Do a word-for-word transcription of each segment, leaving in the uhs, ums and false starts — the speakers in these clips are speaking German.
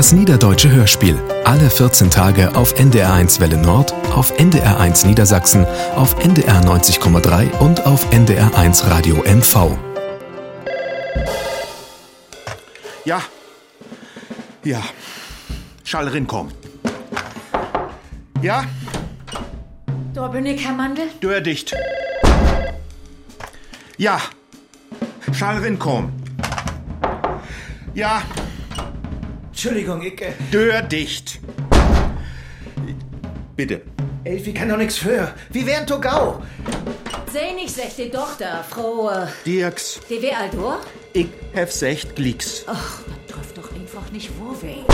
Das Niederdeutsche Hörspiel. Alle vierzehn Tage auf N D R eins Welle Nord, auf N D R eins Niedersachsen, auf N D R neunzig Komma drei und auf N D R eins Radio M V. Ja. Ja. Schall rinkommen. Ja? Da bin ich, Herr Mandel. Dör dicht. Ja. Schall rinkommen. Ja. Entschuldigung, ich... Äh, Dör dicht. Bitte. Elfi kann doch nichts für. Wie wären Togau? Seh nicht, sech die Tochter, Frau... Äh, Dirks. die wär alt, oder? Ich hef secht Glicks. Ach, das trifft doch einfach nicht wo weh.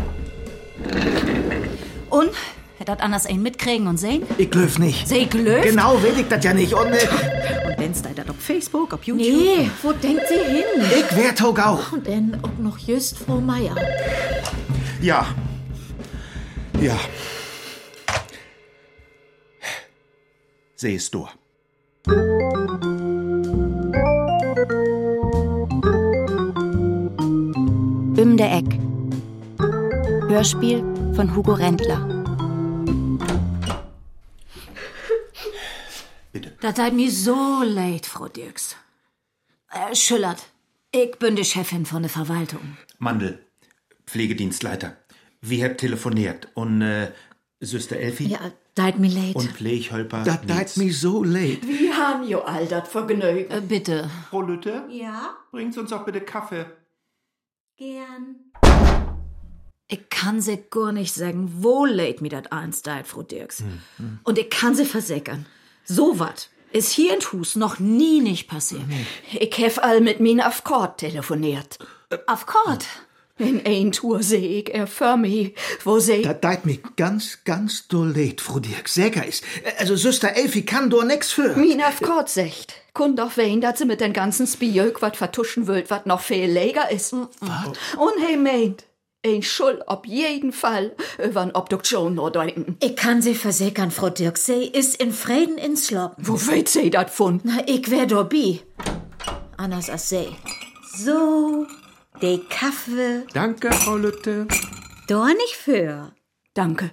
Und? Hätt dat anders ein mitkriegen und sehen? Ich glöf nicht. Seh glöft? Genau, will ich das ja nicht. Und, äh, Und wenn's da dat auf Facebook, auf YouTube... Nee, wo denkt sie hin? ich wär Togau. Und dann auch noch just Frau Meier. Ja. Ja. Sehst du. Bim der Eck. Hörspiel von Hugo Rendler. Bitte. Das seid mir so leid, Frau Dirks. Äh, Schüllert, ich bin die Chefin von der Verwaltung. Mandel, Pflegedienstleiter. Wir habt telefoniert und äh, Süster Elfi Ja, seid mir leid. und Pfleghelper Das tut mir so leid. Wir haben jo all das Vergnügen. Äh, bitte. Frau Lütte, Ja, bringt uns doch bitte Kaffee. gern. Ich kann sie gar nicht sagen, wo leid mir das einst deit, Frau Dirks. Hm, hm. Und ich kann sie versickern. So wat ist hier in Hus noch nie nicht passiert. Ich hef all mit min Afkord telefoniert. Auf Kord. In ein Tour seh ich er für mich, wo sie... Das tut mir ganz, ganz doll leid, Frau Dirk. Säger ist. Also, Süster Elfi kann doch nix für. Min Afkord secht. Kun doch wein, dat sie mit den ganzen Spijöck wat vertuschen wollt, wat noch viel leger ist. Was? Und he meint, ein Schuld ob jeden Fall über eine Obduktion nur deuten. Ich kann sie versickern, Frau Dirks. Sie ist in Frieden ins Sloppen. Wo weht sie dat von? Na, ich wär dabei. Anders als sie. So, de Kaffee. Danke, Frau Lütte. Doch nicht für. Danke.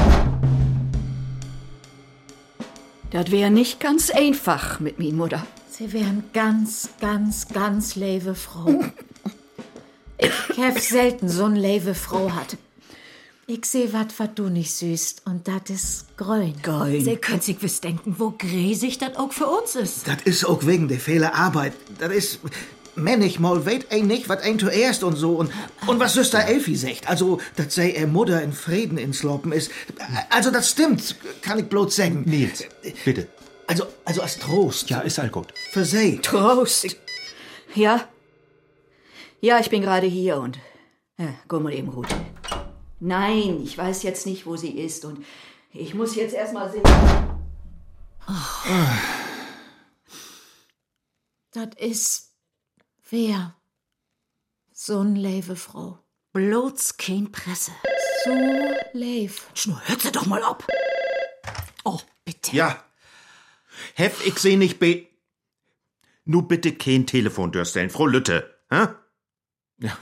Das wär nicht ganz einfach mit min Mutter. Sie wären ganz, ganz, ganz leve Frau. Ich hab selten so'n leve Frau hat. Ich seh wat, wat du nicht süßt, und dat ist grün. Grün. Sie könnt sich wiss denken, wo gräsig dat auch für uns ist. Das ist auch wegen der Fehler Arbeit. Das ist... Manchmal weet ein nicht, wat ein zuerst und so. Und, und was Süster Elfi sagt. Also, dass sei er Mutter in Frieden ins Loppen ist. Also, das stimmt, kann ich bloß sagen. Nils, bitte. Also, also als Trost. Ja, ist all gut. Für sie. Trost. Ja? Ja, ich bin gerade hier und... Ja, komm mal eben gut. Nein, ich weiß jetzt nicht, wo sie ist und ich muss jetzt erstmal sehen... Oh. Das ist... Wer? So'n leve Frau. Bloß kein Presse. So lev. Schnur, hört sie doch mal ab. Oh, bitte. Ja. Hef, ich seh nicht be... Nu bitte kein Telefon durchstellen, Frau Lütte. Hä? Ja.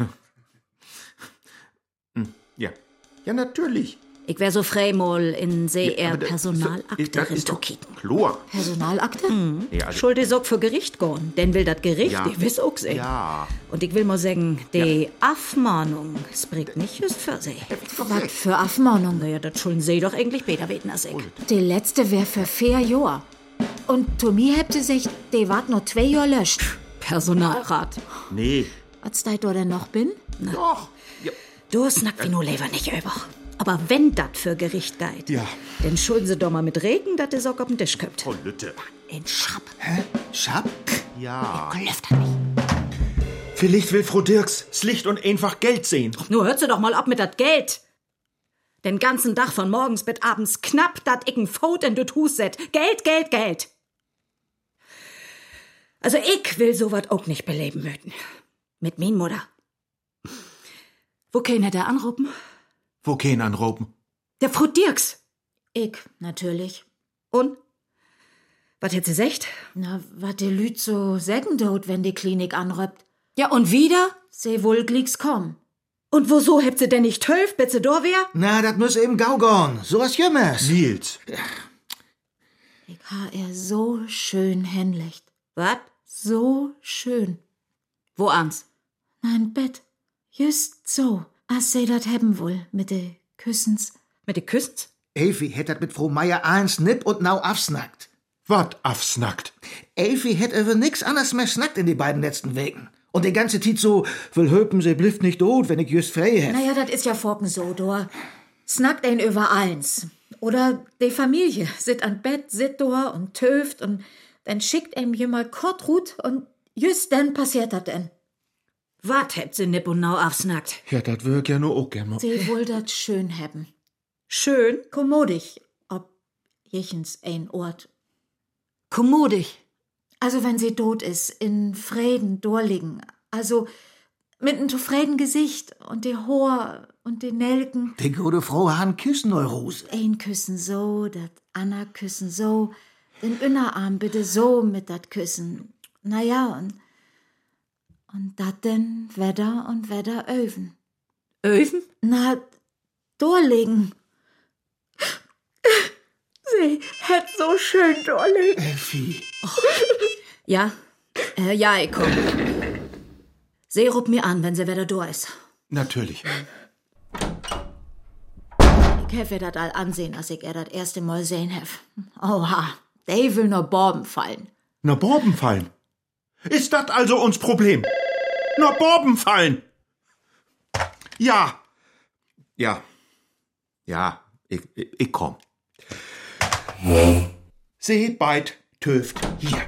Hm, ja. Ja, natürlich. Ich wär so frei mal in See Ja, er aber das ist doch- Personalakte das ist doch kicken. klar. Personalakte? Mhm. Ja, also- Schuld ist auch für Gericht gehen. Denn will das Gericht, Ja. ich wiss auch sehen. Ja. Und ich will mal sagen, die Abmahnung spricht nicht just für sie. Was für Abmahnung? Naja, das schulden sie doch eigentlich besser weten als ich. Die letzte wär für vier Jahre. Und zu mir hätte sich, die wart noch zwei Jahre löscht. Personalrat. Nee. Was da denn noch bin? Na, Doch. Ja. du snackt wie nur Leber nicht über. Aber wenn das für Gericht geht, Ja. dann schulden sie doch mal mit Regen, dass der Sock auf den Tisch kommt. Frau Lütte. In Schab. Hä? Schab? Ja. Klüft an mich. Vielleicht will Frau Dirks das Licht und einfach Geld sehen. Nur hört sie doch mal ab mit dat Geld. Den ganzen Tag von morgens bis abends knapp dat icken Faut in dut Hus set. Geld, Geld, Geld. Also ich will sowas auch nicht beleben möchten. Mit min Mutter. Wo kann er da anrufen? Wo kein anrufen? Der Frau Dirks. Ich, natürlich. Und? Was hätt sie secht? Na, wat die Lüt so sägen dort, wenn die Klinik anröppt. Ja, und wieder? Sie wohl glicks kommen. Und woso hebt sie denn nicht töf, bis sie da wär? Na, dat muss eben Gaugon. So was Jümmers. Nils. Ich ha er so schön hänlicht. Wat? So schön. Wo ans? Mein Bett. Just so, as sie dat hebben wohl, mit de Küssens. Mit de Küssens? Elfi hätt dat mit Frau Meier eins nipp und nau afsnackt. Wat afsnackt? Elfi hätt über nix anders mehr snackt in die beiden letzten Wegen. Und die ganze Tit so, will höpen, sie blifft nicht tot, wenn ich just frei hätt. Naja, dat is ja forken so, dor. Snackt ein über eins. Oder die Familie sit an Bett, sit dor und töft und dann schickt einem jemand Kortrut und just dann passiert dat denn. Wat hätt sie nipp und nau afsnackt? Ja, dat würg ja nur auch gern mal. Sie wohl dat schön hebben. Schön? Kommodig, ob jechens ein Ort. Kommodig? Also wenn sie tot ist, in Frieden dorliegen. Also mit einem zufrieden Gesicht und die Haar und die Nelken. Die gute Frau han Küssenneurose. Ein Küssen so, dat Anna Küssen so, den Innerarm bitte so mit dat Küssen. Naja, und und dat denn Wetter und Wetter Öven. Öven? Na, dorliegen. Sie hätt so schön dorliegen. Elfi. Oh. Ja, äh, ja, ich komm. Sie ruft mir an, wenn sie wieder da ist. Natürlich. Ich hef ihr dat all ansehen, als ich er dat erste Mal sehen hef. Oha, der will nur Borben fallen. Na Borben fallen? Ist dat also uns Problem? Na Borben fallen? Ja. Ja. Ja, ich, ich, ich komm. Seht beid töft hier.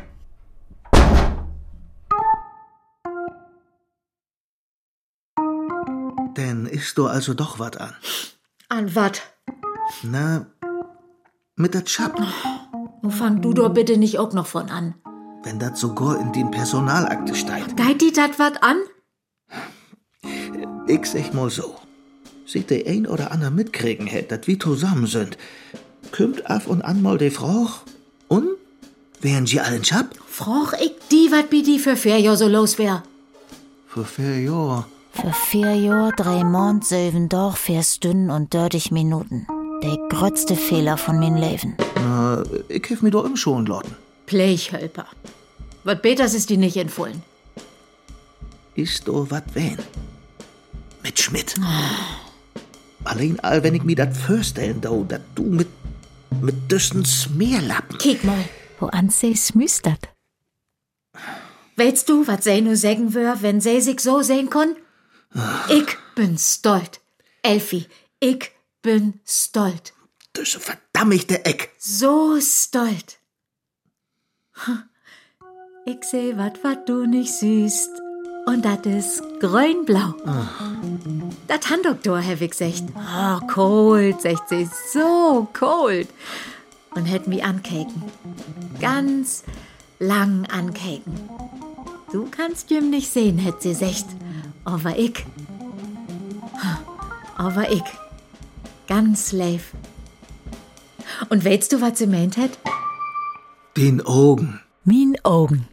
Denn ist do also doch wat an. An wat? Na, mit der Chap. Wo fang du doch bitte nicht auch noch von an? Wenn dat sogar in den Personalakte steigt. Geit die dat wat an? Ich sag mal so. Sieht der ein oder ander mitkriegen hätt, dat wir zusammen sind. Kümmt af und an mal de Froch. Und? Wären sie allen Chap? Froch ich die, wat bi die für vier Jahr so los wär? Für vier Jahr. Für vier Jahr, drei Mond, sieben Doch, vier Stunden und dreißig Minuten. Der größte Fehler von mein Leben. Na, ich hef mir doch im schon lotten. Pleichhölper. Wat beters ist die nicht empfohlen. Ist do wat wen? Mit Schmidt. Allein all, wenn ich mir dat vorstellen do, dat du mit, mit düssen Smeerlappen. Kick mal. Wo an sie smüstert. Weißt du, wat sie nur sagen wär, wenn sie sich so sehen kann? Ich bin stolz. Elfi, ich bin stolz. Düsse verdammte Eck. So stolz. Ich seh wat, wat du nicht siehst. Und dat is grün-blau. Dat Handdoktor, hab ich gesagt. Oh, cold, sagt sie. So cold. Und hätt mich ankeken. Ganz lang ankeken. Du kannst Jim nicht sehen, hätt sie gesagt. Aber ich. Aber ich. Ganz live. Und weißt du, was sie meint hat? Den Augen. Min Augen.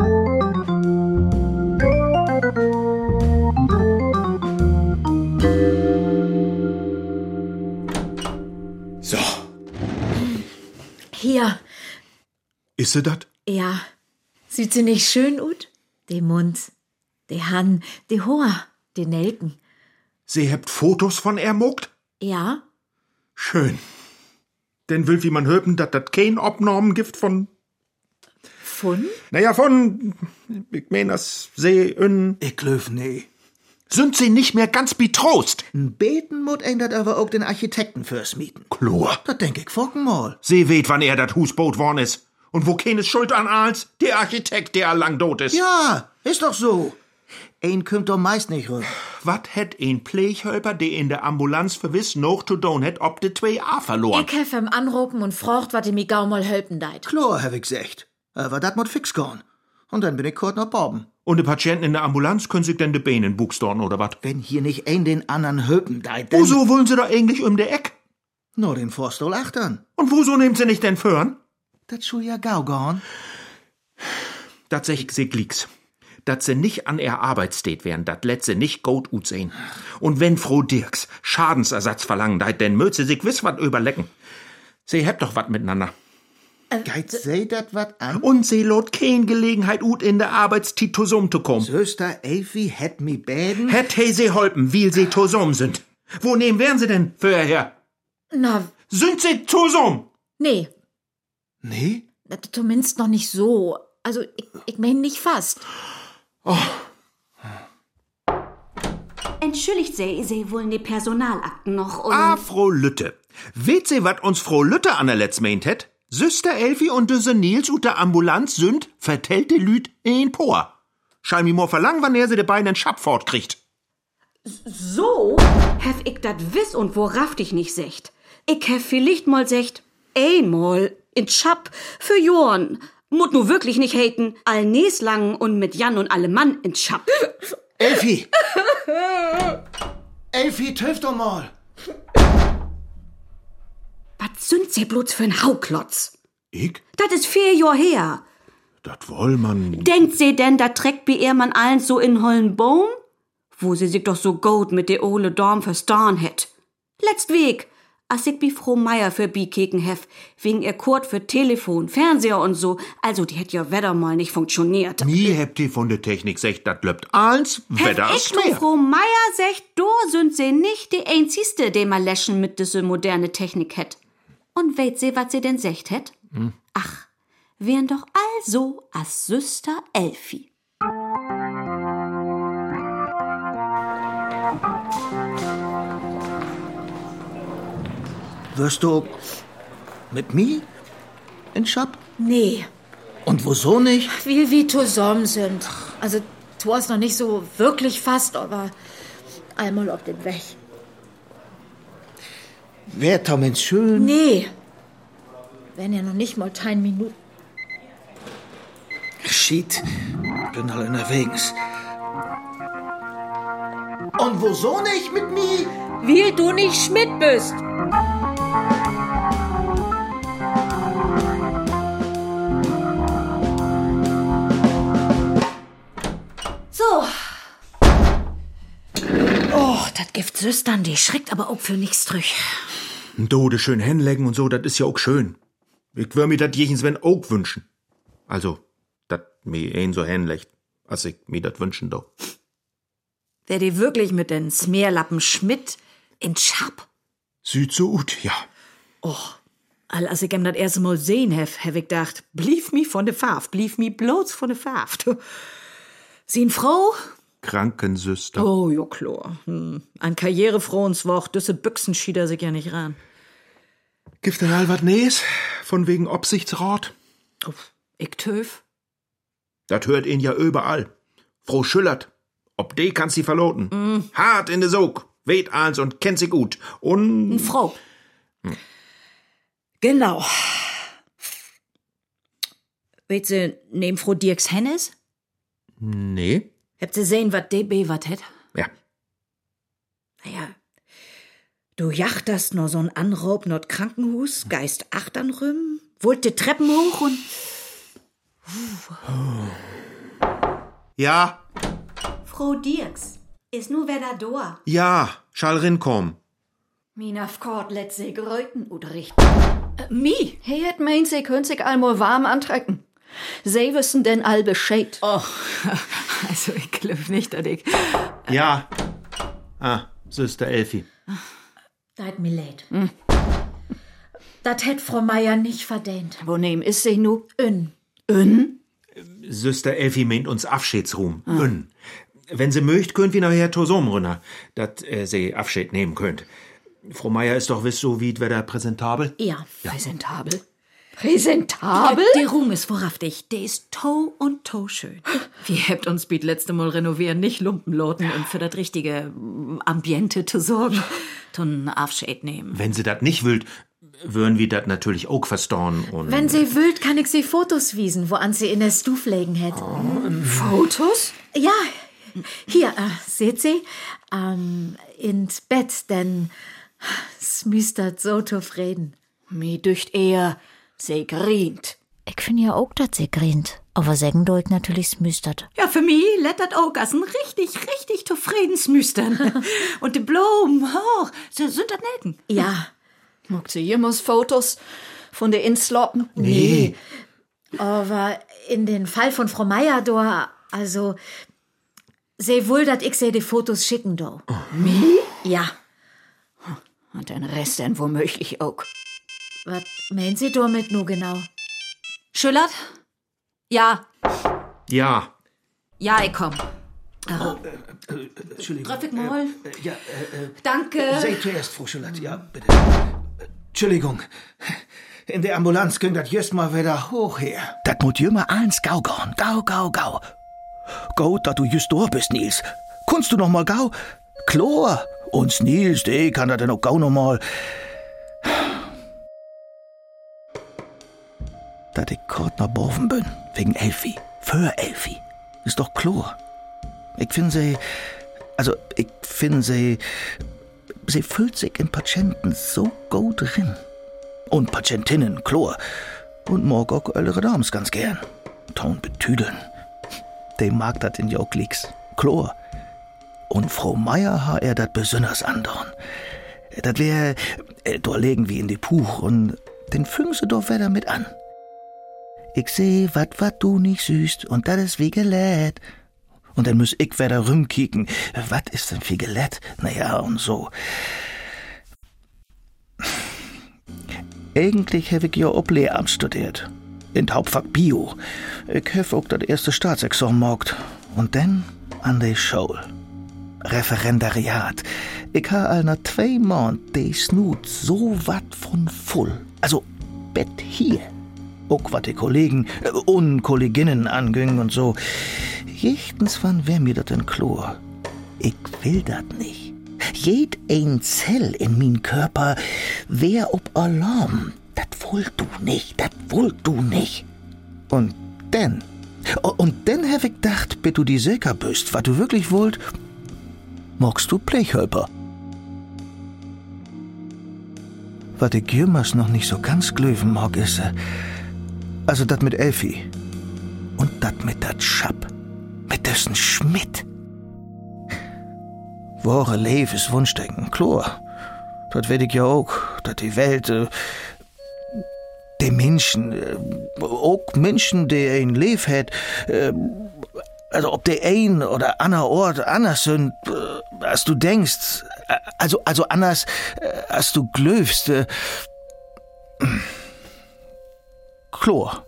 So. Hier. Ist sie dat? Ja. Sieht sie nicht schön ut? De Mund, de Hand, de Haar, de Nelken. Sie habt Fotos von er muckt? Ja? Schön. Denn will wie man hören, dat dat kein Obnormen gibt von... Von? Naja, von... Ich mein, das See in... Ich löf nee. Sind sie nicht mehr ganz betrost? N Beten mut ein dat aber auch den Architekten fürs mieten. Chlor. Dat denk ich focken mal. Sie weht, wann er dat Hus baut worden ist. Und wo keines Schuld an als? Der Architekt, der lang tot ist. Ja, ist doch so. Ein kümmt doch meist nicht rüber. Wat hätt ein Pleichhölper, der in der Ambulanz verwiss noch zu tun hätt, ob de zwei A verloren? Ich hef ihm anrufen und frocht, wat ihm gau mal helfen deit. Klar, hab ich gesagt. Aber dat mut fix gorn. Und dann bin ich kurz nach Borben. Und de Patienten in der Ambulanz können sich denn de Beine in buchstorn oder wat? Wenn hier nicht ein den anderen höpen deit, dann... Wieso wollen sie da eigentlich um der Eck? Nur den Forstol achtern. Und wieso nehmt sie nicht denn föhren? Dat schu ja gau gorn. Dat sech ich sie glicks. dass sie nicht an ihr Arbeitstät wären, dat lässt sie nicht gut ut sehen. Und wenn Frau Dirks Schadensersatz verlangen, deit, denn mögt sie sich gewiss wat überlecken. Sie hebt doch wat miteinander. Geit sie dat wat an? Und sie lot kein Gelegenheit ut in der Arbeitstiet tosum zu kommen. Söster Elfi hätt mi bäden? Hätt he sie holpen, wie sie tosum sind. Wo nehmen wären sie denn für her? Na, Sind sie tosum? nee, Nee? zumindest noch nicht so. Also, ich, ich mein nicht fast. Entschuldigt Sie, Sie wollen die Personalakten noch und... Ah, Frau Lütte. Weht sie, wat uns Frau Lütte an der Letz meint het? Süster Elfi und düse Nils ut der Ambulanz sind, vertellt de Lüt in Por. Schein mi mo verlangen, wann er sie de Beine in Schab fortkriegt. So? Hef ich dat wiss und worauf dich nicht secht. Ich hef vielleicht mal secht, einmal in Schab für Jorn. Mut nu wirklich nicht haten, all Nes lang und mit Jan und alle Mann in Schab. Elfi! Elfi, töf doch mal! Was sind Sie bloß für ein Hauklotz? Ich? Das ist vier Jahr her. Dat woll man. Denkt sie denn, da trägt wie er man allen so in hollen Baum? Wo sie sich doch so gut mit de ole Dorm verstaan het. Letzt Weg, als ich bi Frau Meier für Bikeken hef, wegen ihr Kurt für Telefon, Fernseher und so, also die hätt ja wedder mal nicht funktioniert. Mi hebt die von der Technik secht, dat löbt eins, Wetter Hef ist ich nu mehr. Frau Meier secht, do sind sie nicht die einzigste, de mal läschen mit diese moderne Technik het. Und weht sie, wat sie denn secht het? Hm. Ach, wären doch also as Süster Elfi. Wirst du mit mi in Schab? Nee, Und wieso nicht? wie wir zusammen sind. Also, du hast noch nicht so wirklich fast, aber einmal auf den Weg. Wär Tomens schön. Nee, wenn ja noch nicht mal kein Minuten. Schied, bin all unterwegs. Und wieso nicht mit mi? Wie du nicht Schmidt bist. So. Oh, das Gift Süstern, die schreckt aber auch für nichts durch. Dode schön hinlegen und so, dat is ja auch schön. Ich wür mir dat jechens wenn auch wünschen. Also, dat mi ein so hinlegt, als ich mir dat wünschen do. Wer die wirklich mit den Smeerlappen Schmidt in Schab? Süd so gut, ja. Oh, all als ich ihm das erste Mal sehen hef, hef ich gedacht, blieb mi von de Farf, blieb mi bloß von de Farf. Sie Frau? Krankensüster. Oh, ja klar. Hm. Ein karrierefrohens Woch, düsse Büchsen schied er sich ja nicht ran. Gibt denn all wat Nees? Von wegen Obsichtsrat? Oh, ich töf. Dat hört ihn ja überall. Frau Schüllert, ob de kannst sie verloten. Mm. Hart in de Sog, weht eins und kennt sie gut. Und... Frau. Hm. Genau. Weet sie, neben Frau Dirks Hennes? Nee. Habt ihr sehen, wat D B wat het? Ja. Naja, du jachterst nur so'n Anraub not Krankenhus, geist achtern rüm, wollt die Treppen hoch und... Ja, Frau Dirks, ist nu wer da doa? ja, schall rinkommen. Mina fkort let se geräuten ut richten. Äh, mi? He het meint, se könnt sich einmal warm antrecken. Se wissen denn all Bescheid. Oh, also ich glaub nicht, dass ich... Ja. Ah, Süster Elfi. Da hat mir leid. Hm. Das hätt Frau Meier nicht verdient. Wo nehm is se nu? Ön. Ön? Süster Elfi meint uns Abschiedsruhm. Ah. Ön. Wenn sie möcht, könnt wir nachher tosum runter, dat äh, sie Abschied nehmen könnt. Frau Meier ist doch wiss so wie wer da präsentabel? Ja. ja. Präsentabel? Präsentabel? Der Ruhm ist wahrhaftig. Der ist to und to schön. Wir habt uns biet letzte Mal renovieren, nicht Lumpenloten und für das richtige Ambiente zu sorgen, tun Abschied nehmen. Wenn sie dat nicht wüllt, würden wir dat natürlich auch verstorn und... Wenn sie wüllt, kann ich sie Fotos wiesen, wo an sie in der Stuf legen hätt. Oh, Fotos? Ja, hier, äh, seht sie, ähm, ins Bett, denn es müstert so zufrieden. Mi dücht eher, se grient. Ich find ja auch, dass sie grient. Aber sägen dollt natürlich smüstert. Ja, für mich lettert auch als ein richtig, richtig zufrieden smüstern. Und die Blumen, oh, so sind das Nelken. Ja. Mogt sie jemals Fotos von der Insloppen? Nee. Aber in den Fall von Frau Meier, da, also, sie wohl, dass ich sie die Fotos schicken, do. Oh. Mich? Ja. Und den Rest dann womöglich auch. Was meinen Sie damit nur genau? Schüllert? Ja. Ja. Ja, ich komm. Oh, äh, äh, Entschuldigung. Treff ich mal? Äh, äh, ja, äh, äh, Danke. Sei zuerst, Frau Schüllert, ja, bitte. Äh, Entschuldigung. In der Ambulanz ging das just mal wieder hoch her. Das muss jümmer eins gau gauen. Gau, gau, gau. Gut, dass du just da bist, Nils. Kunst du noch mal gau? Chlor. Uns Nils, der kann das denn auch gau noch mal. Dass ich kort nach Boven bin, wegen Elfi. Für Elfi. Ist doch Chlor. Ich finde sie, also ich finde sie, sie fühlt sich in Patienten so gut drin. Und Patientinnen, Chlor. Und mag auch ältere Dams ganz gern. Ton betüdeln. Die mag dat in Joklicks. Chlor. Und Frau Meier ha er dat besonders andern. Dat wär, äh, da legen wir in die Puch und den füngen sie doch wieder mit an. Ich seh, wat wat du nicht süßt und dat is wie gelät. Und dann muss ich wieder rumkicken. Wat ist denn wie gelät? Naja, und so. Eigentlich habe ich ja ob Lehramt studiert. In Hauptfach Bio. Ich habe auch das erste Staatsexamen gemacht. Und dann an die Schule. Referendariat. Ich habe all nach zwei Monaten die Snut so wat von voll. Also, Bett hier. Auch was die Kollegen äh, und Kolleginnen anging und so. Jechtens wann wär mir das denn klar. Ich will das nicht. Jed ein Zell in min Körper wär ob Alarm. Das wollt du nicht, das wollt du nicht. Und denn, und denn hab ich gedacht, bis du die sicher bist, was du wirklich wollt, magst du Blechhölper. Was ich jümmers noch nicht so ganz glöwen mag, ist, also dat mit Elfi und dat mit dat Schapp, mit dessen Schmidt. Wahre Lebenswunschdenken, klar. Das werd ich ja auch, dass die Welt, äh, die Menschen, äh, auch Menschen, die ein Leben hat, äh, also ob der ein oder ander Ort anders sind, äh, als du denkst, äh, also, also anders, äh, als du glöfst, äh, klar.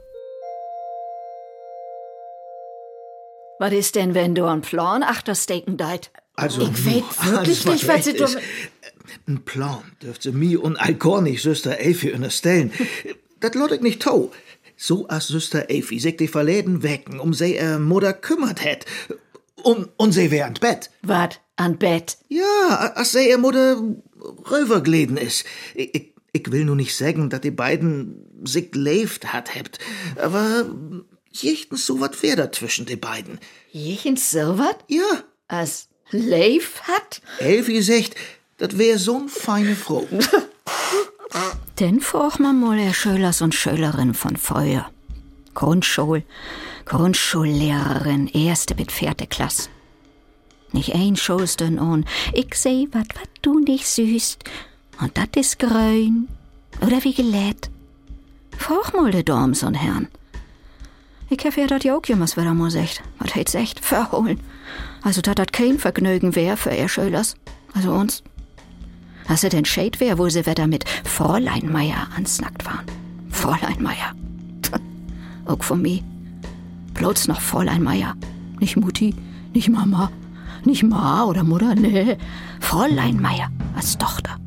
Was ist denn, wenn du einen Plan achterstecken deit? Also, Ich weiß wirklich also, nicht, was sie ist, tun. Ein Plan dürfte mir und all nicht Süster Elfi unterstellen. Das lot ich nicht tau. So als Süster Elfi sich die Verläden wecken, um sie äh, Mutter kümmert hätt. Und, und sie wär an Bett. Was? An Bett? Ja, als sie ihr Mutter rübergleden ist. Ich, ich, ich will nur nicht sagen, dass die beiden sich lebt hat hebt. Aber jichtens so wat wär da zwischen die beiden. Jichtens so wat? Ja. Als Leif hat? Elfi sagt, das wär so'n feine Frau. Denn frag man mal der Schülers und Schülerin von Feuer. Grundschul, Grundschullehrerin, erste bis vierte Klasse. Nicht ein Schulstern und ich seh wat, wat du nicht süßt. Und dat is grün. Oder wie gelät. Frag mal de Dorms und Herren. Ich hab ja dat ja auch jemals wieder mal sagt. Was heit's echt verholen. Also dat dat kein Vergnügen wär für ihr Schülers. Also uns. Hast du denn Shade wär, wo sie wieder mit Fräulein Meier ansnackt waren? Fräulein Meier. Auch von mir. Bloß noch Fräulein Meier. Nicht Mutti, nicht Mama, nicht Ma oder Mutter, nee. Fräulein Meier als Tochter.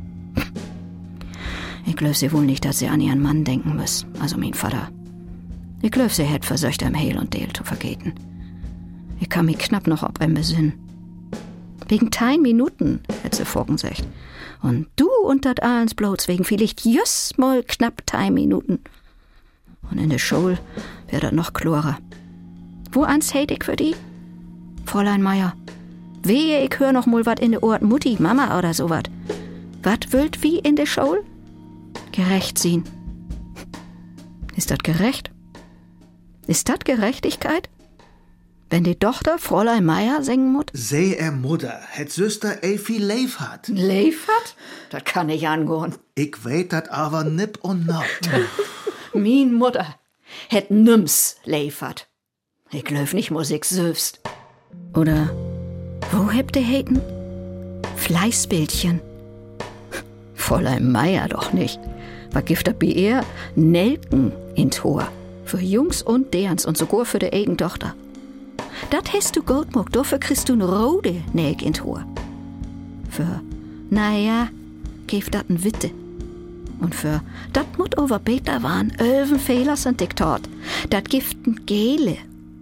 Ich glaub sie wohl nicht, dass sie an ihren Mann denken muss, also mein Vater. Ich glaub, sie hätt versöcht, am Hehl und Deel zu vergeten. Ich kann mich knapp noch ob ein besinnen. Wegen tein Minuten, hätt sie vorgesagt. Und du und dat allens bloß wegen vielleicht just mal knapp tein Minuten. Und in der Schule wär dat noch klarer. Wo ans hätt ich für die? Fräulein Meier. Wehe, ich hör noch mal wat in der Ort Mutti, Mama oder so wat. Wat willt wie in der Schule? Gerecht sehen. Ist dat gerecht? Ist das Gerechtigkeit? Wenn die Tochter Fräulein Meier singen muss? Seh er Mutter, het Süster Elfi Leif hat. Leif hat? Das kann ich angehen. Ich weet dat aber nipp und naut. Min Mutter het nims Leif hat. Ich löf nicht Musik selbst. Oder wo hebt ihr heten? Fleißbildchen. Fräulein Meier doch nicht. Was gibt das bei ihr? Nelken in Tor. Für Jungs und Derns und sogar für die eigene Tochter. Dat hast du gut gemacht, dafür kriegst du ne rote Nelk in Tor. Für, naja, gibt dat n Witte. Und für, dat mut over Peter waren, öven Fehler sind Diktat. Dat gibt n Gele.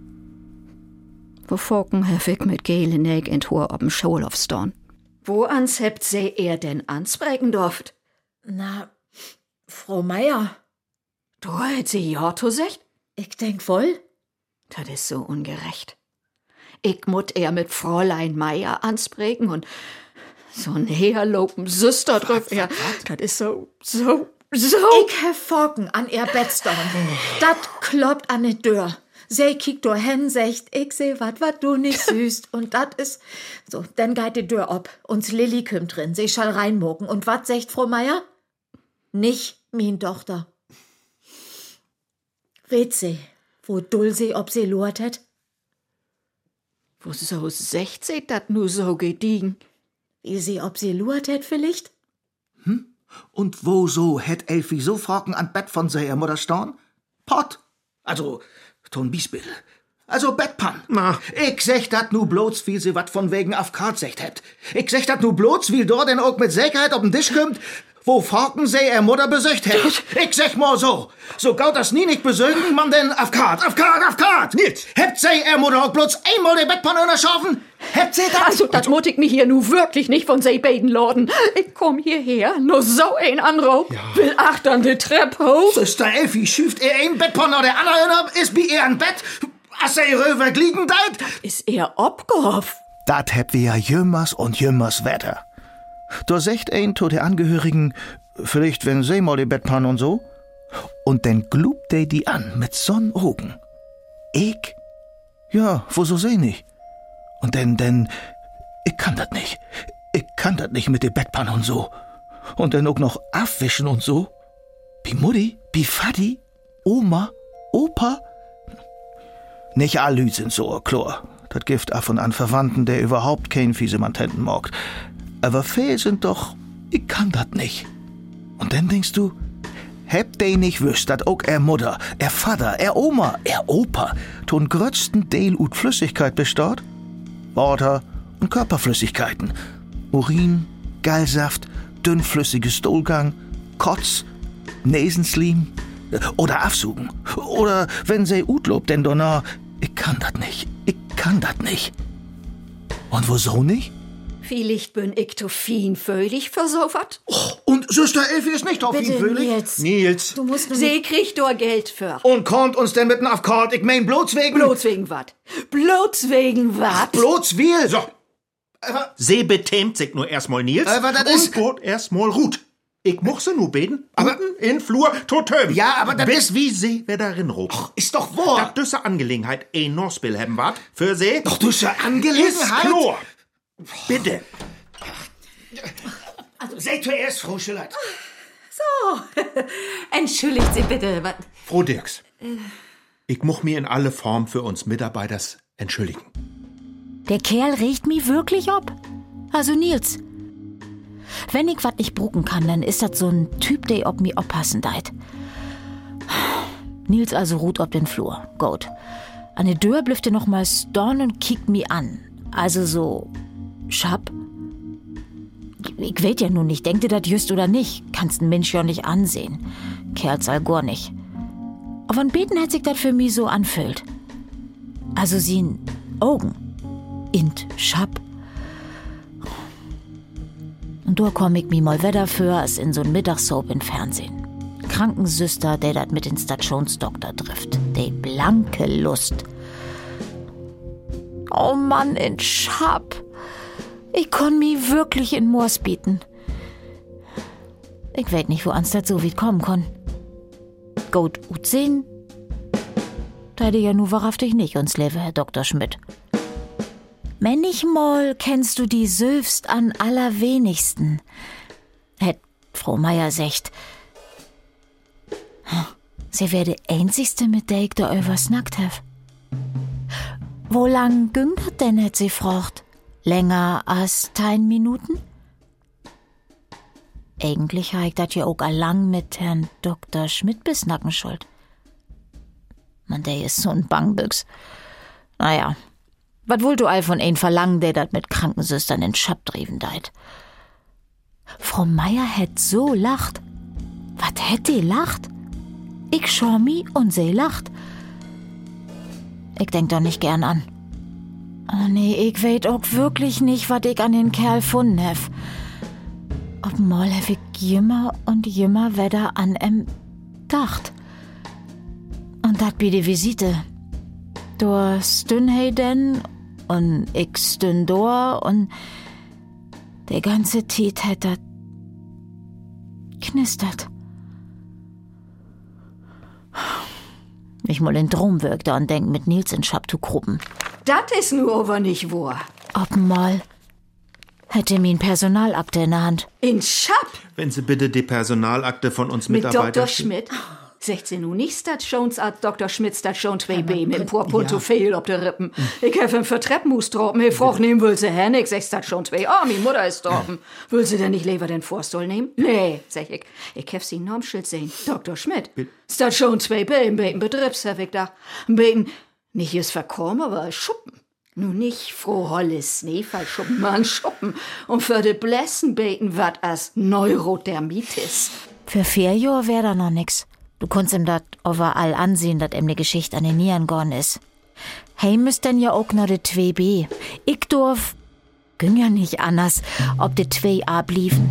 Wo focken hef ich mit Gele Nelk in Tor ob'n Scholaufstorn? Wo ans hebt se er denn ansprechen durft? Na, Frau Meier. Du hätt sie ja to secht? Ich denk voll. Das ist so ungerecht. Ich mut er mit Fräulein Meier ansprechen und so ein herlopen Süster drauf. Ja, das ist so, so, so. Ich hef Forken an ihr Bettstorn. Dat kloppt an de Tür. Sie kickt do hen, secht, ich seh wat, wat du nicht süßt. Und dat is, so, dann geht die Tür ob. Uns Lilli kümmt drin, sie schall reinmoken. Und wat secht Frau Meier? Nicht min Tochter. Weet sie, wo dull sie, ob sie lort het? Wo so secht sie dat nu so gediegen? Wie sie, ob sie lort het vielleicht? Hm? Und wo so het Elfi so Fragen an Bett von seiner Mutter storn? Pott. Also, ton Biesbill. Also Bettpan. Na. Ich sech dat nu bloß, wie sie wat von wegen auf Kart secht hebt. Ich sech dat nu bloß, wie dort denn auch mit Sicherheit ob'n Tisch kommt, wo Forken se er Mutter besöcht hebt. Ich sech mal so. So gaut das nie nicht besögen, man denn auf Kart, auf Kart, auf Kart. Nils. Hebt se er Mutter auch bloß einmal den Bettpan unterschaffen? Hebt se dat? Also, das mut ich mich hier nu wirklich nicht von se beiden Lorden. Ich komm hierher, nur so ein Anraub, ja. Will achtern die Treppe hoch. Süster Elfi schüft er ein Bettpan oder andere ist wie er ein Bett. As er röver gliegen deit? Ist er abgehofft. Dat heb wir ja jümmers und jümmers Wetter. Da secht ein to der Angehörigen, vielleicht wenn sie mal die Bettpan und so, und dann glubt de die an mit so'n Augen. Ich? Ja, wo so seh nicht. Und denn, denn, ich kann dat nicht. Ich kann dat nicht mit de Bettpan und so. Und dann auch noch abwischen und so. Bi Mutti, bi Vati, Oma, Opa. Nicht all Lüd sind so, klar. Dat gibt af und an Verwandten, der überhaupt kein Fiesemantenten mag. Aber fehl sind doch, ich kann dat nicht. Und dann denkst du, heb de nicht wüsst, dat auch er Mutter, er Vater, er Oma, er Opa, ton grötzten Deel ut Flüssigkeit bestaut? Water und Körperflüssigkeiten. Urin, Gallsaft, dünnflüssiges Stuhlgang, Kotz, Nesenslim oder Afsugen. Oder wenn se utlob, denn donner, ich kann dat nicht, ich kann dat nicht. Und wieso nicht? Vielleicht bin ich zu feinfühlig für so wat. Oh, und Süster Elfi ist nicht auf Bitte, feinfühlig? Nils. Nils. Du musst nur Sie kriegt doch Geld für. Und kommt uns denn mitten auf Kart? Ich mein bloß wegen... Bloß wegen wat? Bloß wegen wat? Bloß wir? So. Se betämt sich nur erstmal, Nils. Aber das ist- Und Gott erstmal Ruth. Ich much se nu beten. Aber in Flur totöm. Ja, aber das Bis ist- wie se wer darin rob. Ist doch wahr. Dat düsse Angelegenheit ein Norspiel haben wart. Für se. Doch, du ja Ist Angelegenheit. klar. Bitte. Also, seid zuerst, Frau Schillert. Entschuldigt Sie bitte. Wat? Frau Dirks. Ich much mir in alle Form für uns Mitarbeiters entschuldigen. Der Kerl riecht mi wirklich ab. Also Nils, wenn ich wat nicht brucken kann, dann ist das so ein Typ, der ob mi oppassen deit. Nils also ruht ob den Flur. Gut. An der Tür blüfte noch mal storn und kickt mi an. Also so, schab. Ich weet ja nun nicht, denkt ihr das just oder nicht? Kannst ein Mensch ja nicht ansehen. Kerl all gar nicht. Aber ein Beten hat sich das für mi so anfühlt. Also sie'n Augen. Int schab. Und da komm ich mi mal wieder für, als in so'n Mittagssoap im Fernsehen. Krankensüster, der dat mit den Stationsdoktor trifft. De blanke Lust. Oh Mann, in Schab. Ich konn mi wirklich in Moors bieten. Ich weet nicht, wo ans dat so weit kommen konn. Gut, ut sehen. Da hätte ja nur wahrhaftig nicht uns lebe, Herr Doktor Schmidt. Manchmal kennst du die selbst an allerwenigsten. Hätt Frau Meier secht. Sie wär die einzigste, mit der ich da übersnackt hab. Wo lang ging das denn, hätt sie gefragt? Länger als zehn Minuten? Eigentlich ha ich dat ja auch allang mit Herrn Doktor Schmidt besnacken schuld. Man, der ist so ein Bangbüchs. Naja, wat wollt du all von ein verlangen, der dat mit Krankensüstern in Schab drieben deit? Frau Meier hätt so lacht. Wat hätt die lacht? Ich schau mi und sie lacht. Ich denk doch nicht gern an. Oh nee, ich weet auch wirklich nicht, wat ich an den Kerl funden hef. Ob mal hef ich jimmer und jimmer wedder an em dacht. Und dat bi die Visite. Do stün hei denn und ich stün dor und der ganze Tiet hätt dat knistert. Ich mal in Drum wirkte und denk mit Nils in Schab zu gruppen. Dat is nur aber nicht wahr. Ob mal hätte mir ein Personalakte in der Hand. In Schab? Wenn Sie bitte die Personalakte von uns Mit Mitarbeitern... Doktor Schmidt? sechzehn nu nicht Stations als Doktor Schmidt Station zwei B mit dem Portofehl ob der Rippen. Ich hef ihm für Treppenmus droppen. Ich frag nehmen will sie her, ich sech Station zwei. Ah, mi Mutter ist droppen. Will sie denn nicht lieber den Vorstuhl nehmen? Nee, sag ich. Ich hef sie Normschild sehen. Doktor Schmidt. Station zwei B im Beten Betriebs, hef ich da. Im Beten, nicht ist verkommen, aber Schuppen. Nun nicht froh Hollis, nee, Schuppen, man Schuppen. Und für de Blessen beten wat as Neurodermitis. Für vier Jahre wär da noch nix. Du konntest ihm dat overall ansehen, dat ihm ne Geschichte an den Nieren gorn is. Hey, müsst denn ja auch noch de zwei B. Ich dorf, ging ja nicht anders, ob de zwei A bliefen.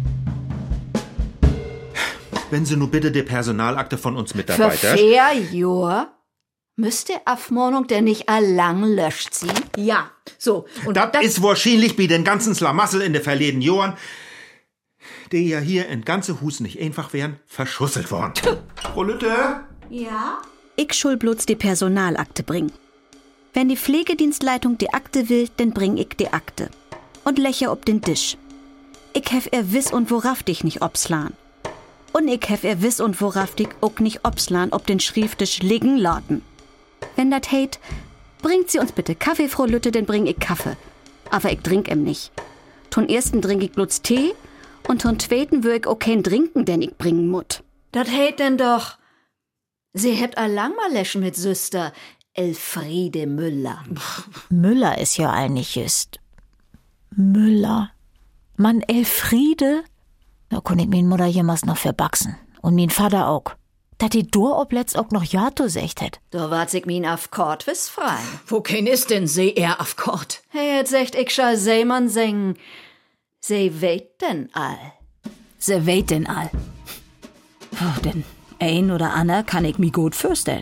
Wenn Sie nur bitte die Personalakte von uns Mitarbeitern... Für vier Jahre müsste Abmahnung denn nicht allang löscht ziehen? Ja, so. Und das ist wahrscheinlich bei den ganzen Slamassel in den verleden Jahren, die ja hier in ganze Hus nicht einfach wären, verschusselt worden. Frau Lütte? Ja? Ich schul bloß die Personalakte bringen. Wenn die Pflegedienstleitung die Akte will, dann bring ich die Akte. Und lächer ob den Tisch. Ich hef er wiss und worauf nicht obslan. Und ich hef er wiss und worauf dich auch nicht obslan ob den Schrifttisch liegen lauten. Wenn dat heit, bringt sie uns bitte Kaffee, Frau Lütte, dann bring ich Kaffee. Aber ich trink em nicht. Ton ersten trink ich bloß Tee und ton zweiten würd ich auch kein trinken, denn ich bringen mut. Dat heit denn doch. Sie hebt allang mal läschen mit Süster Elfriede Müller. Müller ist ja eigentlich just. Müller. Mann, Elfriede? Da kon ich min Mutter jemals noch verbaxen. Und min Vater auch. Dat die Dor ob letzt auch noch ja to secht hätt. Da wart sich min auf Kort wiss frei. Wo kein ist denn sie er auf Kort? Hey, jetzt secht ich schall Seemann singen. Sie weht denn all. Sie weht denn all. Oh, denn ein oder ander kann ich mi gut vorstellen.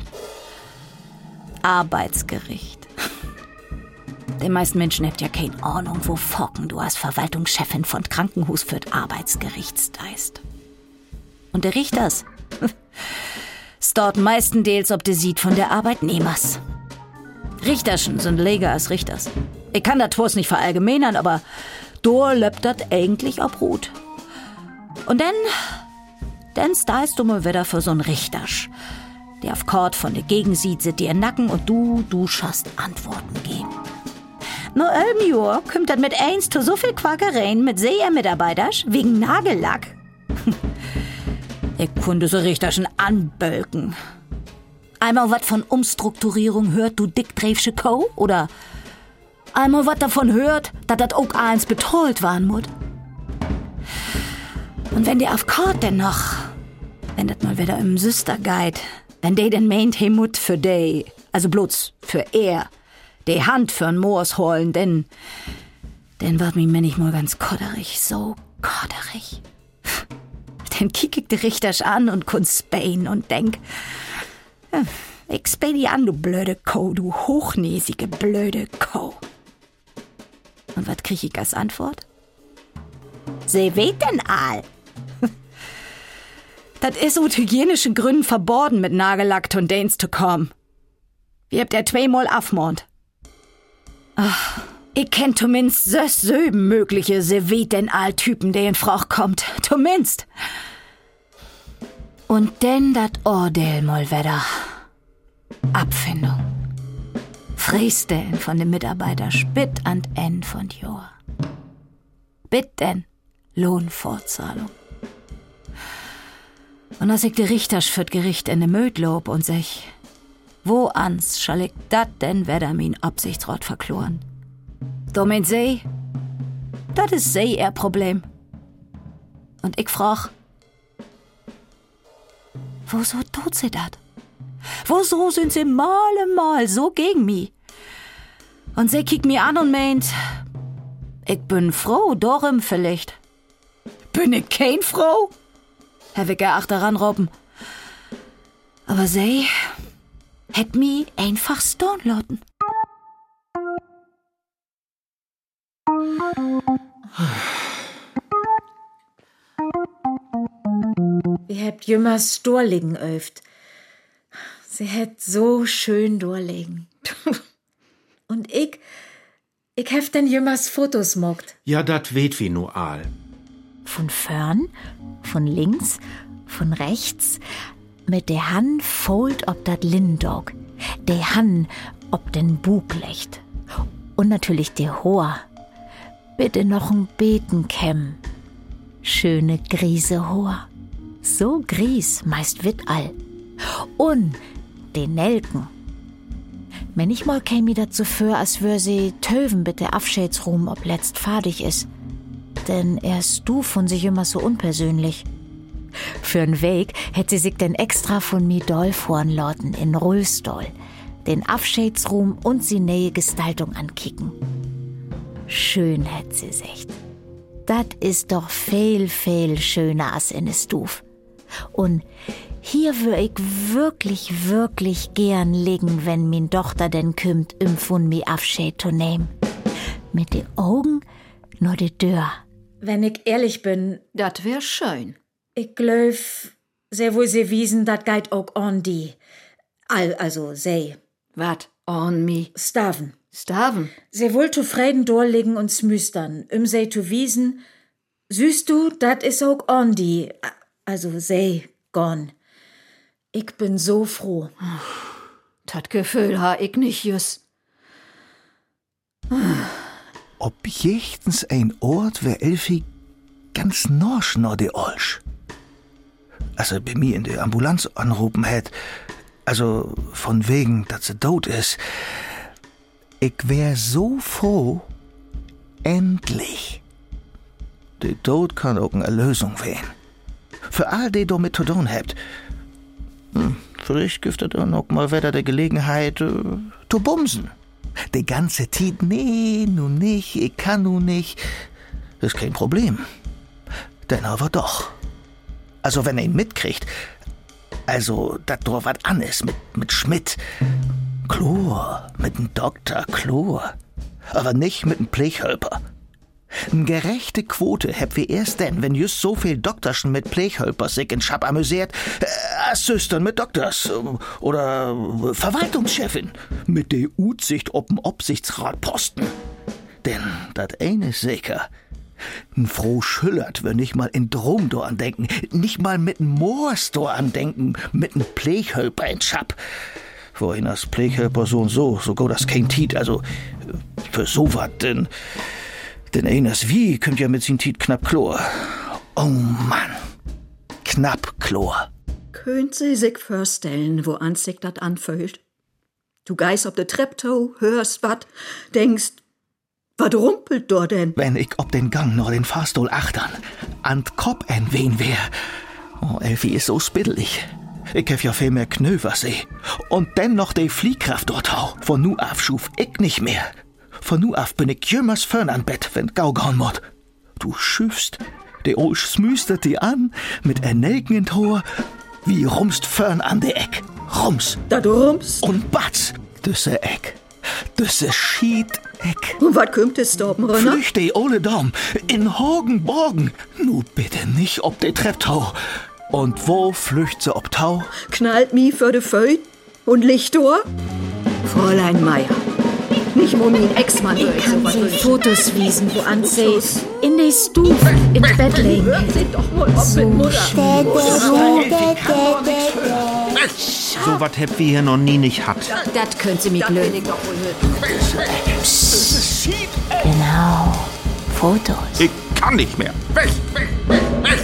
Arbeitsgericht. Die meisten Menschen habt ja keine Ahnung, wo Focken du als Verwaltungschefin von Krankenhus für Arbeitsgericht steist. Und der Richters? Stort meistenteils ob de sieht von der Arbeitnehmers. Richterschen sind leger als Richters. Ich kann das zwar nicht verallgemeinern, aber do löppt dat eigentlich ob Rut. Und dann, dann steist du mal wieder für so'n Richtersch, der auf Kord von der Gegend sieht, sit dir Nacken und du, du schaust Antworten geben. Nur elm Jahr kommt dat mit eins zu so viel Quakereien mit Seher-Mitarbeiters wegen Nagellack. Ich konnte so richtig schon anbölken. Einmal wat von Umstrukturierung hört, du dickdreifsche Co. Oder einmal wat davon hört, dass dat auch eins betreut waren muss. Und wenn der auf Kort denn noch, wenn dat mal wieder im Süster geht, wenn der denn meint, he mut für de, also bloß für er, de Hand für'n Moors holen, denn, denn wird mich manchmal ganz kodderig, so kodderig. Dann kick ich die Richtersch an und kun Spain und denk, ich späh die an, du blöde Ko, du hochnäsige blöde Ko. Und was krieg ich als Antwort? Sie weht denn all. Das is aus hygienischen Gründen verboten, mit Nagellack und Danes zu kommen. Wie habt ihr zweimal afmond? Ach, ich kenn zumindest so söben mögliche, se wie den Alltypen, der in Frach kommt. Zumindest. Und denn dat Ordel mal wieder. Abfindung. Friestellen von den Mitarbeiter Spitt an End von Joa. Bitt denn Lohnfortzahlung. Und als ich die Richter fürt Gericht in de Möd lob und sech, wo ans schall ich dat denn wieder min Absichtsrat verkloren? Da meint sie, dat is sie ihr Problem. Und ich frag, wieso tut sie dat? Wieso sind sie mal mal so gegen mi? Und sie kickt mir an und meint, ich bin froh, darum vielleicht. Bin ich kein Frau? Herr Wicker achteran robben. Aber sie hätt mi einfach stone lassen. Wie habt jümmers durlegen öft. Sie hätt so schön durlegen. Und ich, ich hef denn jümmers Fotos mockt. Ja, dat weht wie nu all. Von fern, von links, von rechts, mit der Hand fold ob dat Lindog, der Hand ob den Bug lecht. Und natürlich der Hoher. Bitte noch ein Betenkämm. Schöne Griese Hoher. So gries, meist wit all. Und den Nelken. Manchmal käm i dazu für, als wär sie töven bitte Abschiedsruhm, ob letzt fadig is. Denn erst du von sich immer so unpersönlich. Für'n Weg hätt sie sich denn extra von mi doll vornlauten in Rülstol, den Abschiedsruhm und sie nähe Gestaltung ankicken. Schön hätt sie secht. Dat is doch viel, viel schöner als in es Stuf. Und hier wür ich wirklich, wirklich gern liegen, wenn min Tochter denn kümmt, um von mi Abschied zu nehmen. Mit de Augen nur de Dörr. Wenn ich ehrlich bin, Dat wär schön. ich glaub, sehr wohl sie wiesen, dat geit auch on die. All, also, sei. Wat? On me. Staven. Staven? Sie wohl zufrieden durchlegen und smüstern, um sie zu wiesen. Süßt du, dat is auch on die. Also, sei, gone. Ich bin so froh. Dat Gefühl ha ich nicht just. Ob jechtens ein Ort, wer Elfi ganz norsch no de Olsch. Also bei mir in der Ambulanz anrufen hätt, also von wegen, dass sie tot is. Ich wär so froh, endlich. De Tod kann auch eine Lösung werden. Für all die do mit zu tun habt. Hm, vielleicht gibt es dann auch mal wieder die Gelegenheit, äh, zu bumsen. Die ganze Zeit, nee, nun nicht, ich kann nun nicht. Ist kein Problem. Denn aber doch. Also wenn er ihn mitkriegt, also, dass da was an ist mit, mit Schmidt. Chlor, mit dem Doktor Chlor. Aber nicht mit dem Pfleghelper. Eine gerechte Quote heb wir erst denn, wenn just so viel Doktorschen mit Pfleghelpers sich in Schab amüsiert, äh, Assistenten mit Doktors oder Verwaltungschefin mit der Utsicht ob'n Obsichtsratposten. Denn dat eine ist sicher. N Froh schüllert, wenn nicht mal in Drom do andenken, nicht mal mit n Moors do andenken, mit n Pfleghelper in Schab. Wohin das Pfleghelper so und so, so go das kein Tiet, also für so wat, denn Denn eines wie kümmt ja mit sin Tiet knapp Chlor. Oh Mann, knapp Chlor. Könnt sie sich vorstellen, wo an sich dat anfühlt? Du geist ob de Trepptow, hörst wat, denkst, wat rumpelt dort denn? Wenn ich ob den Gang noch den Fahrstuhl achtern, an Kopf en wen wär. Oh, Elfi ist so spiddelig. Ich hef ja viel mehr Knöver seh. Und denn noch de Fliehkraft dort hau. Von nu af schuf ich nicht mehr. Von nu af bin ich jümmers fern an Bett, wenn Gaugaun mod. Du schüfst, de Olsch smüstert die an, mit Ernelken in Tor, wie rumst fern an de Eck. Rums. Da du rumst? Und batz, düsse Eck. Düsse Schied Eck. Und wat kümmt es dorben, Rönner? Flücht de ole Dom, in Horgen Borgen. Nu bitte nicht ob de Trepptau. Und wo flücht se ob Tau? Knallt mi für de Föt und Lichtor? Fräulein Meier. Nicht Mumin, Ex-Mann. Ich kann sie Fotos wiesen, wo an sie in der Stufe ins Bett legen. So So was habt wir hier noch nie nicht hat. Das könnt sie mir glöden. Genau. Fotos. Ich kann nicht mehr. Weg, weg, weg, weg.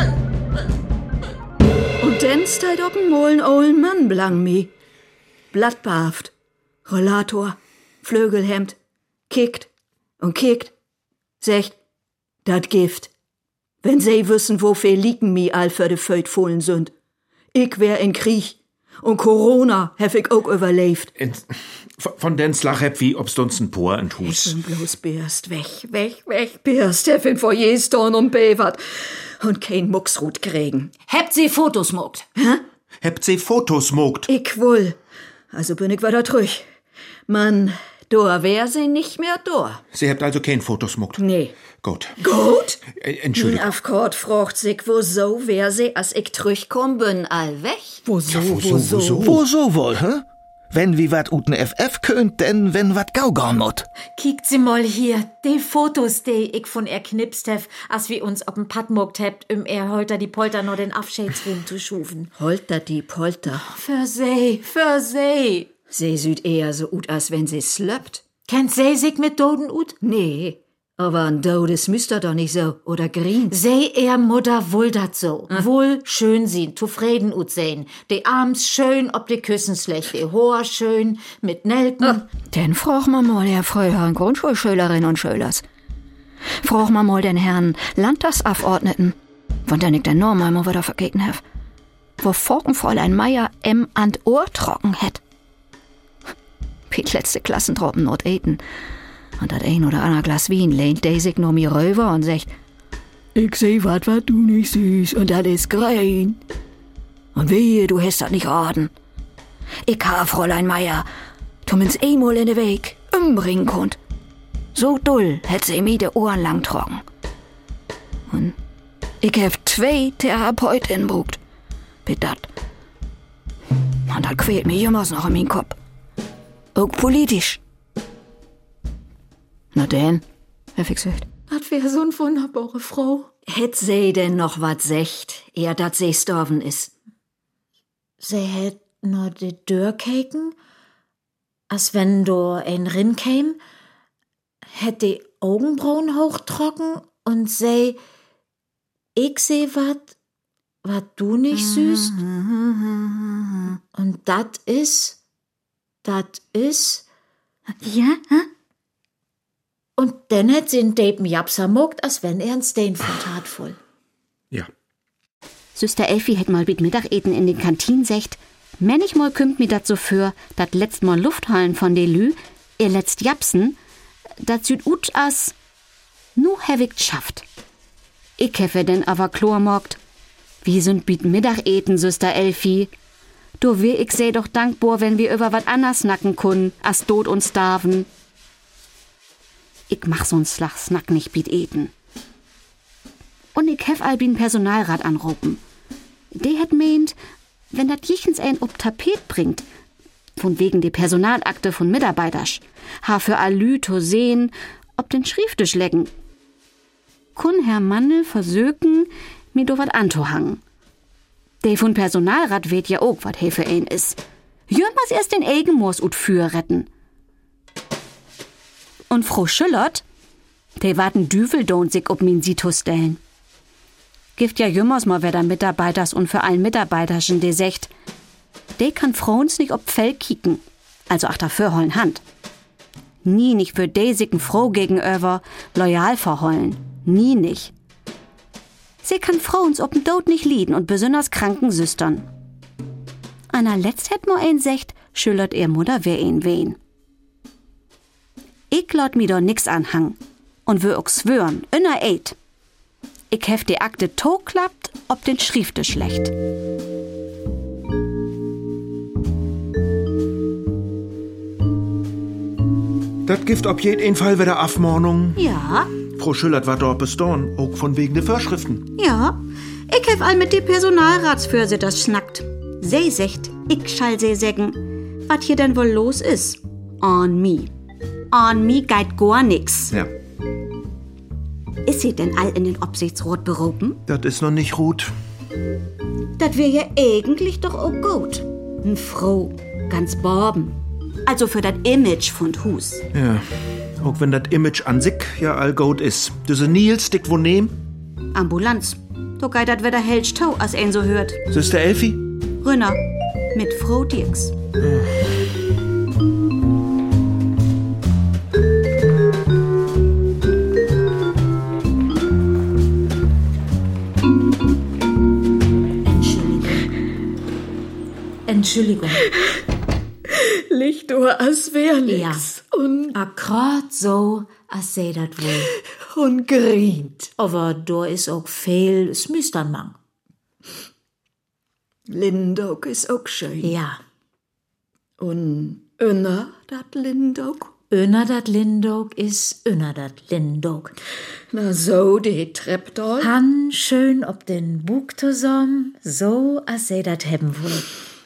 Und dann steht auch ein mollen ollen Mann blang mi. Blattbarft, Rollator, Flögelhemd, kickt und kickt, secht, dat Gift. Wenn sie wissen, wofür liegen mi all für de Föt fohlen sind. Ich wär in Krieg und Corona hef ich auch überlebt. In, von den Slach hab wie ob's uns ein Poor und Hus. Ich bin bloß Birst, weg, weg, weg, Birst, hef in Foyer storn und bewert und kein Mucksrut kriegen. Habt sie Fotos mogt? Hä? Habt sie Fotos mogt? Ich wohl. Also bin ich wieder drüch. Mann, da wär sie nicht mehr da. Sie habt also kein Fotos mogt? Nee. Gut. Gut? Äh, Entschuldigung. Min Afkord fragt sich, wo so wär sie, als ich drüchkomm bin, all weg. Wo so, Ja, wo so, wo so? Wo so wohl, hä? Wenn wie wat uten F F könnt, denn wenn wat gaugaun mut. Kiekt sie mal hier, die Fotos, die ich von er knipst hef, als wir uns ob'n Pad mogt hebt, um er holter die Polter noch den Abschiedsfilm zu schufen. Holter die Polter. Für sie, für sie. Sie sieht eher so ut, als wenn sie slöppt. Kennt sie sich mit Doden ut? Nee, aber ein Dodes müsste doch nicht so, oder green. Sei er Mutter wohl dat so. Hm. Wohl schön sehen, zufrieden ut sehen. Die Arms schön, ob die Küssen schlecht, die Haar schön, mit Nelken. Ah, denn frag ma mal, Herr Freiherrn Grundschulschülerinnen und Schülers. Frag ma mal den Herrn Landtagsabordneten, von den ich den Namen einmal wieder vergeten hab. Wo Forken Fräulein Meier em an Ohr trocken hätt. Piet letzte Klassentroppen not eten. Und dat ein oder ander Glas Wien lehnt der sich nur mir rüber und sagt, ich seh wat, wat du nicht siehst, und dat is grein. Und wehe, du hast dat nicht raten. Ich ha, Fräulein Meier, tu min's einmal in de Weg umbringen konnt. So dull hätt sie mir de Ohren lang trocken. Und ich hab zwei Therapeutinnen brugt. Bitt dat. Und dat quält mir jümmers noch in min Kopf. Auch politisch. Na denn, hab ich gesagt. Das wär so eine wunderbare Frau. Hätt sie denn noch wat secht, eher dat sie storven is? Sie hätt nur die Tür keken, als wenn do ein Rin käm, hätt die Augenbrauen hochtrocken und sei, ich seh wat, wat du nicht süßt. Und dat is, dat is, Ja, hä? und dann hätt sie in Depen Japsa mogt, als wenn er ein Stein von tat voll. Ja. Süster Elfi hätt mal mit Mittageten in den Kantinen secht, manchmal kümmt mi dat so für, dat letzt mal Lufthallen von de Lü, ihr letzt Japsen, dat süd ut as, nu hewig schafft. Ich heffe denn aber Chlor mogt. Wie sind mit Mittageten, Süster Elfi? Du wär ich seh doch dankbar, wenn wir über wat anders snacken können, as dot uns darven. Ich mach so'n Slach Snack nicht mit eten. Und ich hef Albin Personalrat anrufen. De het meint, wenn dat jichens ein ob Tapet bringt, von wegen de Personalakte von Mitarbeiters, ha für allü to sehen, ob den Schrifttisch lecken. Kun Herr Mandel versöken, mir do wat antohangen. De von Personalrat weht ja auch, wat he für ein is. Jürmers erst den Eigenmoors ut für retten. Und Frau Schüllert, de warten Düvel don't sich ob min Sito stellen. Gift ja jümmers mal wer da Mitarbeiters und für allen Mitarbeiterschen de secht, de kann Frauens nicht ob Fell kicken, also ach dafür hollen Hand. Nie nicht für de sicken Frau gegenüber loyal verhollen, nie nicht. Sie kann Frauens ob'n Tod nicht lieden und besonders kranken Süstern. Einer letzt hätt mo ein secht, Schüllert ihr Mutter wär ein wen. Ich laut mi doch nix anhang und wür auch swören, inner eid. Ich hef die Akte to klappt, ob den Schrifttisch schlecht. Das gibt auf jeden Fall wieder Afmahnung. Ja, Frau Schüllert war dort bestorn, auch von wegen der Vorschriften. ja. Ich hef all mit de Personalratsfürse das schnackt. Sie secht, ich schall sie sägen, wat hier denn wohl los is. On me. On me geht gar nix. Ja, Ist sie denn all in den Obsichtsrat berufen? das ist noch nicht gut. Das wär ja eigentlich doch auch gut. N Frau, ganz borben. Also für das Image von Hus. Ja, auch wenn das Image an sich ja all gut ist. Diese Nils, dick wo nehm? Ambulanz. So geht das wieder hellst tau, als ein so hört. Süster Elfi? Rünner. Mit Frau Dirks. Entschuldigung. Licht nur, als wär Ja. nix. Und, Akkurat so, als sei dat wohl. und grient. Aber da is auch viel Smüsternmang. Lindog ist auch schön. Ja. Und Önner, dat Lindog. Öner dat Lindog is öner dat Lindog. Na so, die Trepp doll. Han schön ob den Bug zusammen, so als sei dat hebben wohl.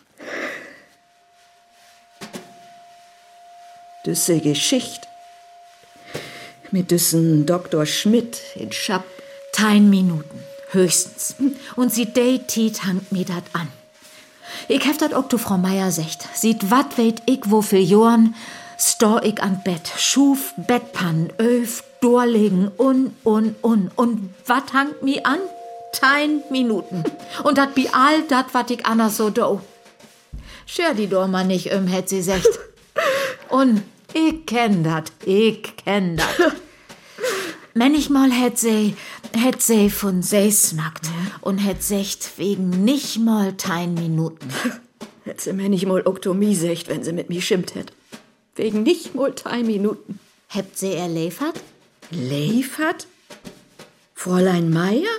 Düsse Geschicht. Mit düssen Doktor Schmidt in Schapp. Tein Minuten, höchstens. Und sie datet hangt mir dat an. Ich hef dat ook to Frau Meier secht. Sieht wat weet ich wo für Johann, sto ich an Bett, schuf Bettpannen, öf, durlegen, un, un, un. Und wat hangt mi an? Tein Minuten. Und dat bi all dat, wat ich anders so do. Scher die Dorma nicht um, hätt sie secht. Und ich kenn dat, ich kenn dat. Manchmal hätt sie, hätt sie von sie snackt und hätt secht wegen nicht mal tein Minuten. Hätt sie mir nicht mal Oktomie secht, wenn sie mit mir schimpft hätt. Wegen nicht mal drei Minuten. Hebt sie er liefert? Liefert? Fräulein Meier?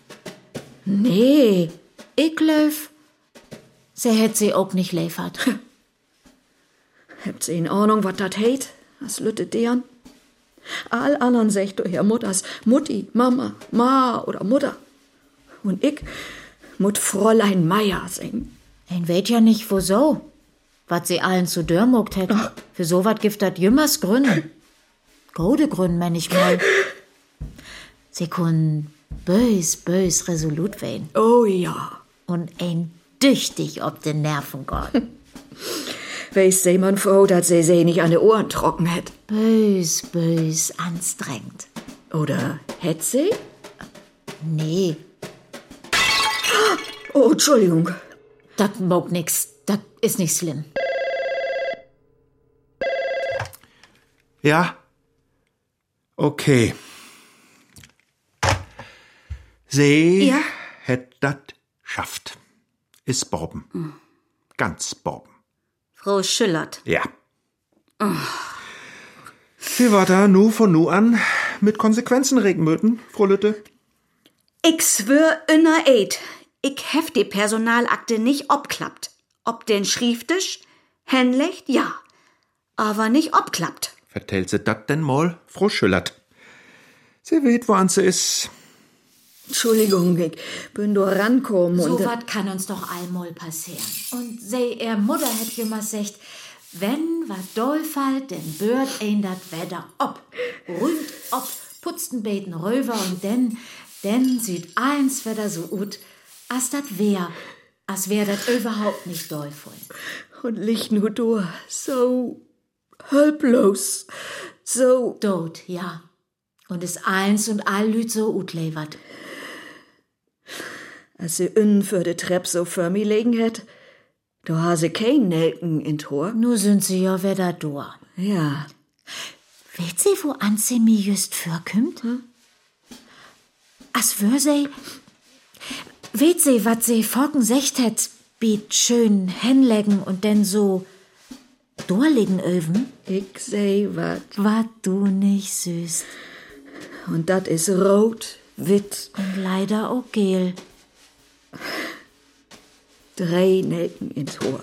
Nee. Ich löf. Sie hätt sie auch nicht liefert. Habt sie in Ahnung, wat dat heit? As lütte deren? All anderen secht du Herr Mutters Mutti, Mama, Ma oder Mutter. Und ich mut Fräulein Meier singen. Ein weet ja nicht, wo so. Wat sie allen zu dörr mogt hätt. Für so wat gibt dat jümmers Gründe. Gode Gründe, mein ich mal. Sie kun bös, bös resolut wehen. Oh ja. Und ein düchtig ob den Nerven geht. Weiß sie man froh, dass sie sie nicht an die Ohren trocken hätt. Bös, bös, anstrengend. Oder hätt sie? Nee, Oh, Entschuldigung. dat mogt nix. Dat is nicht schlimm. Ja? Okay. Sie Ja? hätt dat schafft. Is borben. Hm. Ganz borben. Frau Schillert. Ja. Wie war da nu von nu an mit Konsequenzen Regenmöten, Frau Lütte? Ich schwör inner Eid. Ich hef die Personalakte nicht obklappt. Ob den Schrifttisch, Hänlecht, ja. Aber nicht obklappt. Vertellt sie dat denn mal, Frau Schillert? Sie weet, wo an sie is. Entschuldigung, ich bin da rankommen und... So wat kann uns doch allmol passieren. Und sei er Mutter hätt jemals secht, wenn wat doll fallt, denn bört ein dat Wetter ob. Rühmt ob, putzten beten Röver und denn, denn sieht eins Wetter so ut, as dat wär, as wär dat überhaupt nicht doll voll. Und Licht nur du, so hölplos, so... Dot, ja. Und is eins und all Lüt so ut levert. Als sie innen für de Trepp so für mi legen hätt, da ha sie kein Nelken in Tor. Nu sind sie ja wieder da. Ja. Weet sie, wo an sie mi just vorkümmt? Hm? As wür sie... Weet sie, wat sie vorken secht hätt, biet schön hinlegen und denn so durlegen öven? Ich seh wat. Wat du nicht süß. Und dat is rot, wit, Und leider auch gel. drei Nelken in Tor.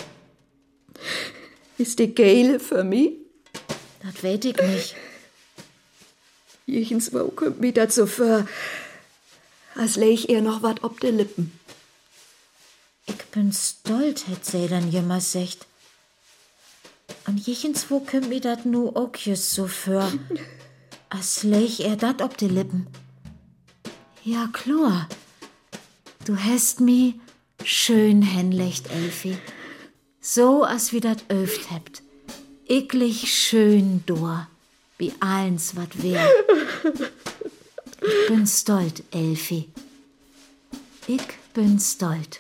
Ist die Gele für mi? Dat weet ich nicht. Jichens wo kommt mi dat so für, als leg ihr noch wat ob de Lippen. Ich bin stolz, hätt sie dann jemals secht. Und jichenswo kümmt mir dat nu auch just so für. Als leg er dat ob de Lippen. Ja, klar. Du hast mi schön henlecht, Elfi. So, als wie dat öft hebt. Icklich schön dor. Wie allens wat wär. Ich bin stolz, Elfi. Ich bin stolz.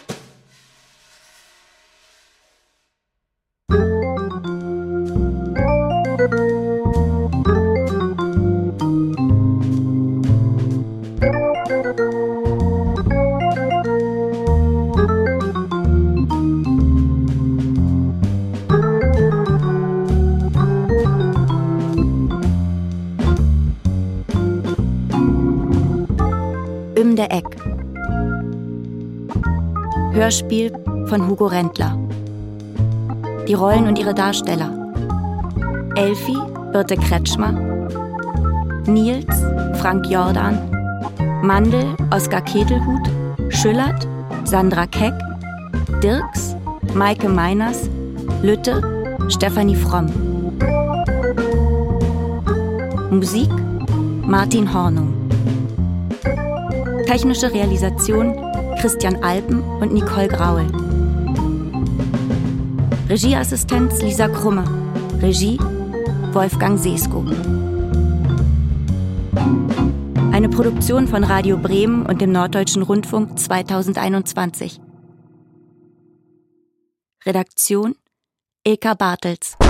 Üm der Eck. Hörspiel von Hugo Rendler. Die Rollen und ihre Darsteller: Elfi, Birte Kretschmer; Nils, Frank Jordan; Mandel, Oskar Ketelhut; Schüllert, Sandra Keck; Dirks, Maike Meiners; Lütte, Stefanie Fromm. Musik: Martin Hornung. Technische Realisation: Christian Alpen und Nicole Graul. Regieassistenz Lisa Krumme. Regie Wolfgang Sesko. Eine Produktion von Radio Bremen und dem Norddeutschen Rundfunk zweitausendeinundzwanzig. Redaktion Ilka Bartels.